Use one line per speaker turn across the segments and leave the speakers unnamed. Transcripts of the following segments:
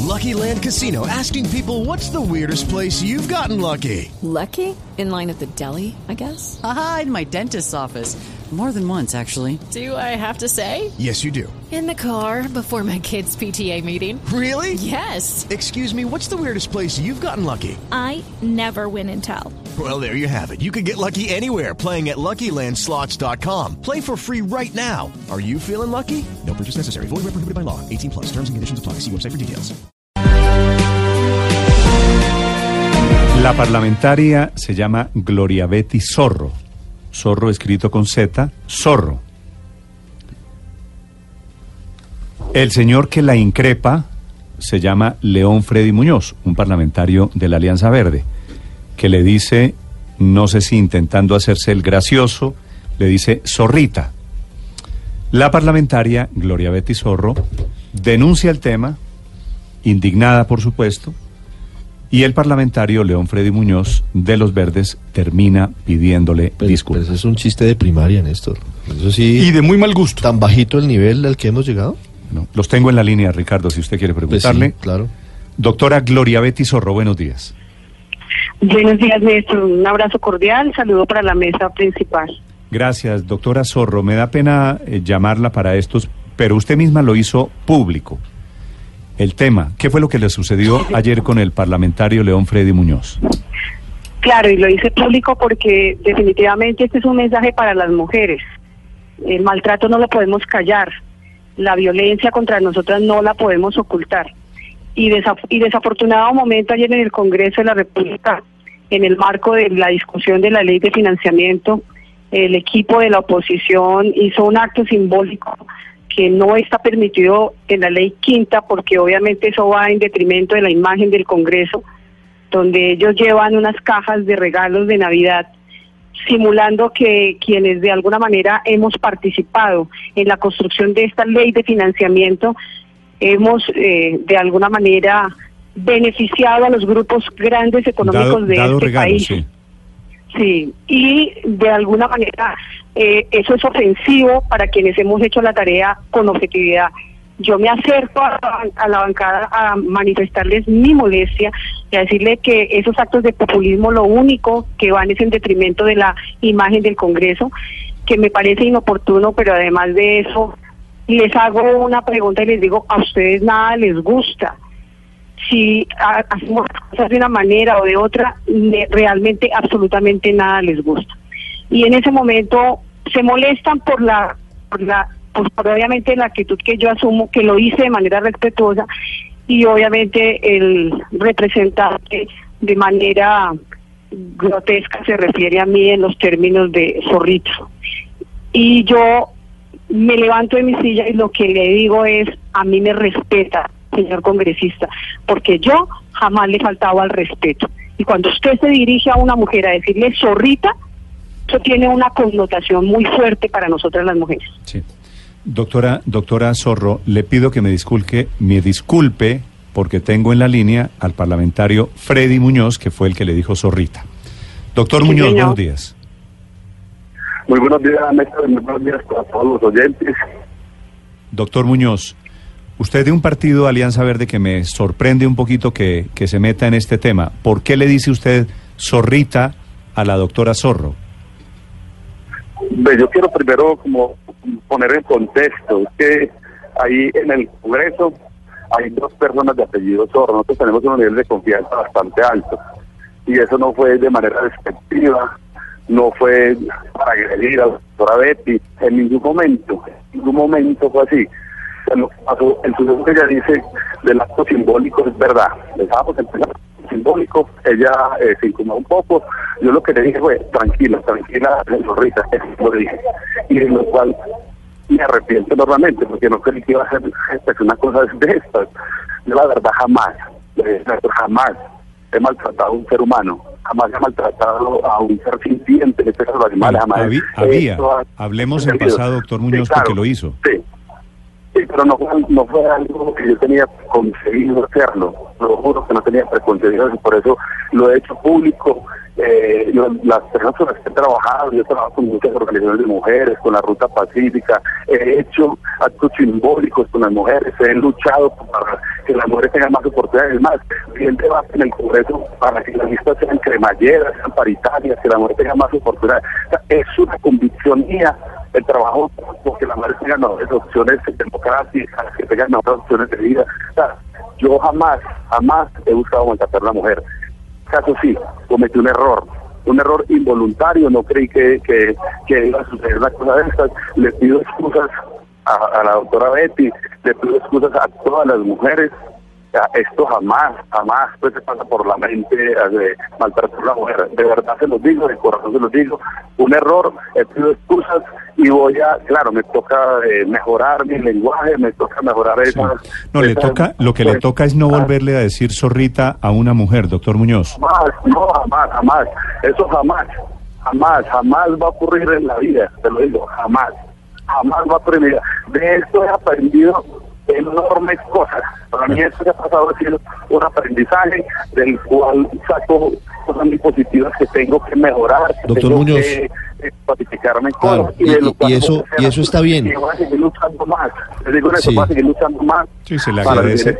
Lucky Land Casino, asking people, what's the weirdest place you've gotten lucky?
Lucky? In line at the deli, I guess?
Aha, in my dentist's office. More than once, actually.
Do I have to say?
Yes, you do.
In the car before my kids' PTA meeting.
Really?
Yes.
Excuse me, what's the weirdest place you've gotten lucky?
I never win and tell.
Well, there you have it. You can get lucky anywhere, playing at LuckyLandSlots.com. Play for free right now. Are you feeling lucky? No purchase necessary. Void where prohibited by law. 18 plus. Terms and conditions apply. See website for details.
La parlamentaria se llama Gloria Betty Zorro. Zorro escrito con Z, Zorro. El señor que la increpa se llama León Freddy Muñoz, un parlamentario de la Alianza Verde, que le dice, no sé si intentando hacerse el gracioso, le dice zorrita. La parlamentaria Gloria Betty Zorro denuncia el tema, indignada por supuesto, y el parlamentario León Freddy Muñoz de los Verdes termina pidiéndole disculpas.
Pero eso es un chiste de primaria, Néstor. Eso sí.
Y de muy mal gusto.
¿Tan bajito el nivel al que hemos llegado?
No, los tengo en la línea, Ricardo, si usted quiere preguntarle.
Pues sí, claro.
Doctora Gloria Betty Zorro, buenos días.
Buenos días, Néstor. Un abrazo cordial, saludo para la mesa principal.
Gracias, doctora Zorro. Me da pena llamarla para estos, pero usted misma lo hizo público. El tema, ¿qué fue lo que le sucedió ayer con el parlamentario León Freddy Muñoz?
Claro, y lo hice público porque definitivamente este es un mensaje para las mujeres. El maltrato no lo podemos callar, la violencia contra nosotras no la podemos ocultar. Y desafortunado momento ayer en el Congreso de la República, en el marco de la discusión de la ley de financiamiento, el equipo de la oposición hizo un acto simbólico que no está permitido en la ley quinta, porque obviamente eso va en detrimento de la imagen del Congreso, donde ellos llevan unas cajas de regalos de Navidad, simulando que quienes de alguna manera hemos participado en la construcción de esta ley de financiamiento, hemos de alguna manera beneficiado a los grupos grandes económicos de este
regalos,
país.
Sí.
Sí, y de alguna manera eso es ofensivo para quienes hemos hecho la tarea con objetividad. Yo me acerco a la bancada a manifestarles mi molestia y a decirle que esos actos de populismo lo único que van es en detrimento de la imagen del Congreso, que me parece inoportuno, pero además de eso les hago una pregunta y les digo, a ustedes nada les gusta. Si hacemos las cosas de una manera o de otra, realmente absolutamente nada les gusta. Y en ese momento se molestan por obviamente la actitud que yo asumo, que lo hice de manera respetuosa, y obviamente el representante de manera grotesca se refiere a mí en los términos de zorrito. Y yo me levanto de mi silla y lo que le digo es, a mí me respeta, señor congresista, porque yo jamás le he faltado al respeto. Y cuando usted se dirige a una mujer a decirle zorrita, eso tiene una connotación muy fuerte para nosotras las mujeres.
Sí. Doctora Zorro, le pido que me disculpe porque tengo en la línea al parlamentario Freddy Muñoz, que fue el que le dijo zorrita. Doctor
Sí,
Muñoz,
señor.
buenos días.
Muy buenos días, Néstor, muy buenos días para todos los oyentes.
Doctor Muñoz, usted de un partido Alianza Verde que me sorprende un poquito que se meta en este tema. ¿Por qué le dice usted zorrita a la doctora Zorro?
Yo quiero primero como poner en contexto, es que ahí en el Congreso hay dos personas de apellido Zorro. Nosotros tenemos un nivel de confianza bastante alto y eso no fue de manera despectiva, no fue para agredir a la doctora Betty en ningún momento fue así. Lo que pasó, el suceso que ella dice del acto simbólico es verdad. Le estábamos empezando simbólico, ella se incomodó un poco. Yo lo que le dije fue, tranquila, zorrita, eso lo dije. Y de lo cual me arrepiento enormemente, porque no creí que iba a ser una cosa de estas. Yo la verdad jamás he maltratado a un ser humano, jamás he maltratado a un ser sintiente, en este caso los animales, jamás.
Hablemos en pasado, doctor Muñoz, sí, claro, porque lo hizo.
Sí. Sí, pero no fue algo que yo tenía concebido hacerlo. Lo juro que no tenía preconcebido y por eso lo he hecho público. Las personas con las que he trabajado, yo he trabajado con muchas organizaciones de mujeres, con la Ruta Pacífica, he hecho actos simbólicos con las mujeres, he luchado para que las mujeres tengan más oportunidades, más, el debate en el Congreso para que las listas sean cremalleras, sean paritarias, que las mujeres tengan más oportunidades. O sea, es una convicción mía el trabajo porque las mujeres tengan mejores opciones democráticas, que tengan mejores opciones de vida. O sea, yo jamás he buscado maltratar a la mujer. Caso sí, cometí un error involuntario, no creí que iba a suceder una cosa de estas. Le pido excusas a la doctora Betty, le pido excusas a todas las mujeres. O sea, esto jamás pues se pasa por la mente de maltratar a la mujer. De verdad se los digo, de corazón se los digo. Un error, le pido excusas y claro, me toca mejorar mi lenguaje, me toca mejorar esas...
No, le toca es no volverle a decir zorrita a una mujer, doctor Muñoz.
Jamás. Eso jamás va a ocurrir en la vida, te lo digo, jamás va a ocurrir en la vida. De esto he aprendido enormes cosas. Para mí esto que ha pasado ha sido un aprendizaje del cual saco cosas muy positivas que tengo que mejorar, que
doctor
tengo
Muñoz,
que pacificarme en
claro,
cosas.
y eso está bien.
Y voy a seguir luchando más. Les digo eso,
Sí.
voy a seguir luchando más.
Sí, se le agradece.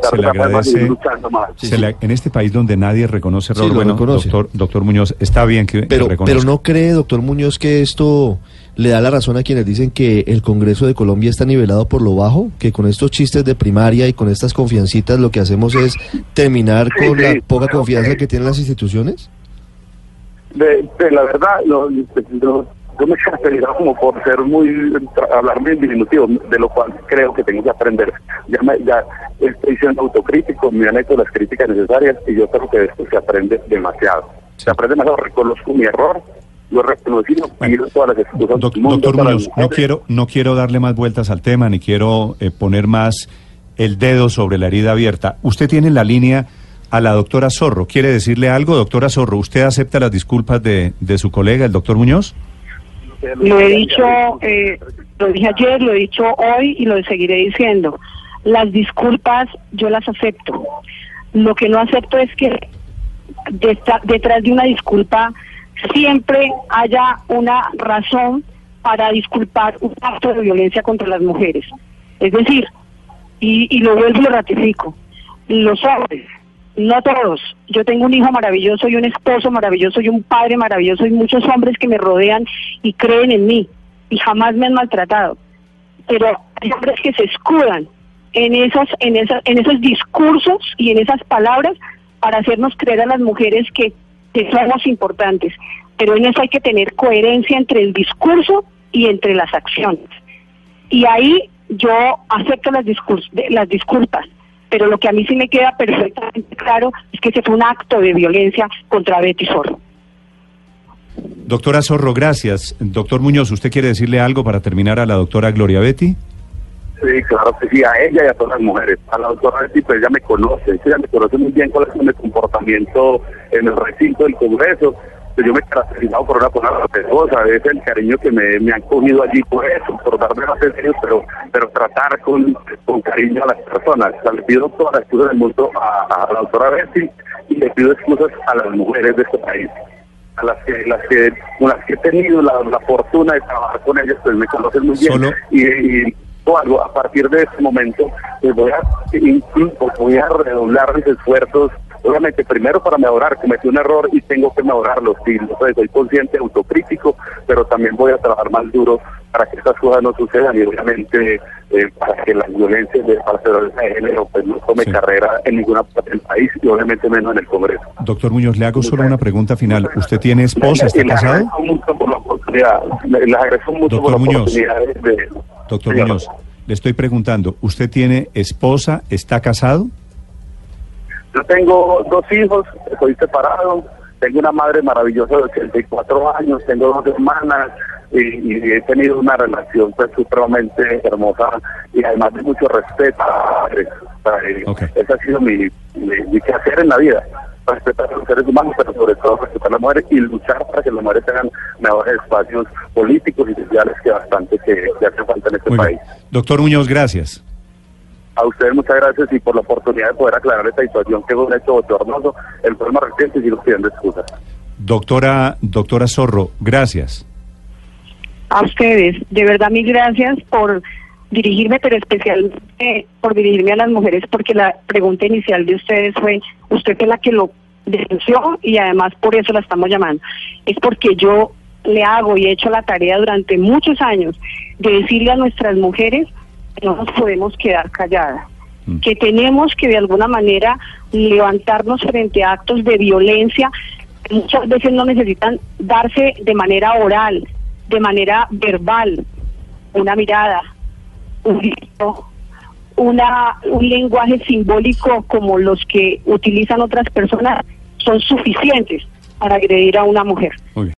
En este país donde nadie reconoce error,
Sí, lo reconoce.
Doctor Muñoz, está bien que reconozca.
Pero ¿no cree, doctor Muñoz, que esto le da la razón a quienes dicen que el Congreso de Colombia está nivelado por lo bajo? Que con estos chistes de primaria y con estas confiancitas lo que hacemos es terminar con la poca confianza que tienen las instituciones.
La verdad, yo me caracterizo como por ser hablar muy diminutivo, de lo cual creo que tengo que aprender. Ya estoy siendo autocrítico, me han hecho las críticas necesarias y yo creo que de esto se aprende demasiado. Se aprende demasiado, reconozco mi error, lo he reconocido, pido todas las excusas del mundo.
Doctor Muñoz, no quiero darle más vueltas al tema, ni quiero poner más el dedo sobre la herida abierta. Usted tiene en la línea a la doctora Zorro. ¿Quiere decirle algo, doctora Zorro? ¿Usted acepta las disculpas de su colega, el doctor Muñoz?
Lo he dicho, lo dije ayer, lo he dicho hoy y lo seguiré diciendo. Las disculpas yo las acepto. Lo que no acepto es que detrás de una disculpa siempre haya una razón para disculpar un acto de violencia contra las mujeres. Es decir, y lo vuelvo y lo ratifico, los hombres, no todos. Yo tengo un hijo maravilloso y un esposo maravilloso y un padre maravilloso y muchos hombres que me rodean y creen en mí y jamás me han maltratado. Pero hay hombres que se escudan en esos discursos y en esas palabras para hacernos creer a las mujeres que somos importantes. Pero en eso hay que tener coherencia entre el discurso y entre las acciones. Y ahí yo acepto las disculpas. Pero lo que a mí sí me queda perfectamente claro es que ese fue un acto de violencia contra Betty Zorro.
Doctora Zorro, gracias. Doctor Muñoz, ¿usted quiere decirle algo para terminar a la doctora Gloria Betty?
Sí, claro que sí, a ella y a todas las mujeres. A la doctora Betty, pues ella me conoce muy bien cuál es mi comportamiento en el recinto del Congreso. Yo me he caracterizado por una persona respetuosa, es el cariño que me han cogido allí por eso, por darme más en serio, pero tratar con cariño a las personas. O sea, le pido todas las excusas del mundo a la doctora Betty y le pido excusas a las mujeres de este país, a las que he tenido la fortuna de trabajar con ellas, pues me conocen muy bien. Y algo, a partir de este momento pues voy a redoblar mis esfuerzos, obviamente primero para mejorar. Cometí un error y tengo que mejorarlo, sí, entonces soy consciente, autocrítico, pero también voy a trabajar más duro para que estas cosas no sucedan y obviamente para que las violencias de género pues no tome carrera en ninguna parte del país y obviamente menos en el Congreso.
Doctor Muñoz, le hago solo una pregunta final. ¿Usted tiene esposa? ¿Está casado?
Les agradezco mucho por la oportunidad. Les agradezco mucho por la oportunidad de...
Doctor Muñoz, le estoy preguntando, ¿usted tiene esposa? ¿Está casado?
Yo tengo 2 hijos, estoy separado, tengo una madre maravillosa de 84 años, tengo 2 hermanas y he tenido una relación pues supremamente hermosa y además de mucho respeto. Ese ha sido mi quehacer en la vida. Respetar a los seres humanos, pero sobre todo respetar a las mujeres y luchar para que las mujeres tengan mejores espacios políticos y sociales que bastante que hacen falta en este país.
Doctor Muñoz, gracias.
A ustedes muchas gracias y por la oportunidad de poder aclarar esta situación que es un hecho bochornoso. El problema reciente y sigo pidiendo excusas.
Doctora Zorro, gracias.
A ustedes, de verdad, mil gracias por dirigirme, pero especialmente por dirigirme a las mujeres, porque la pregunta inicial de ustedes fue, usted es la que lo denunció y además por eso la estamos llamando. Es porque yo le hago y he hecho la tarea durante muchos años de decirle a nuestras mujeres que no nos podemos quedar calladas, que tenemos que de alguna manera levantarnos frente a actos de violencia que muchas veces no necesitan darse de manera oral, de manera verbal, una mirada, un grito, un lenguaje simbólico como los que utilizan otras personas son suficientes para agredir a una mujer.
Muy bien.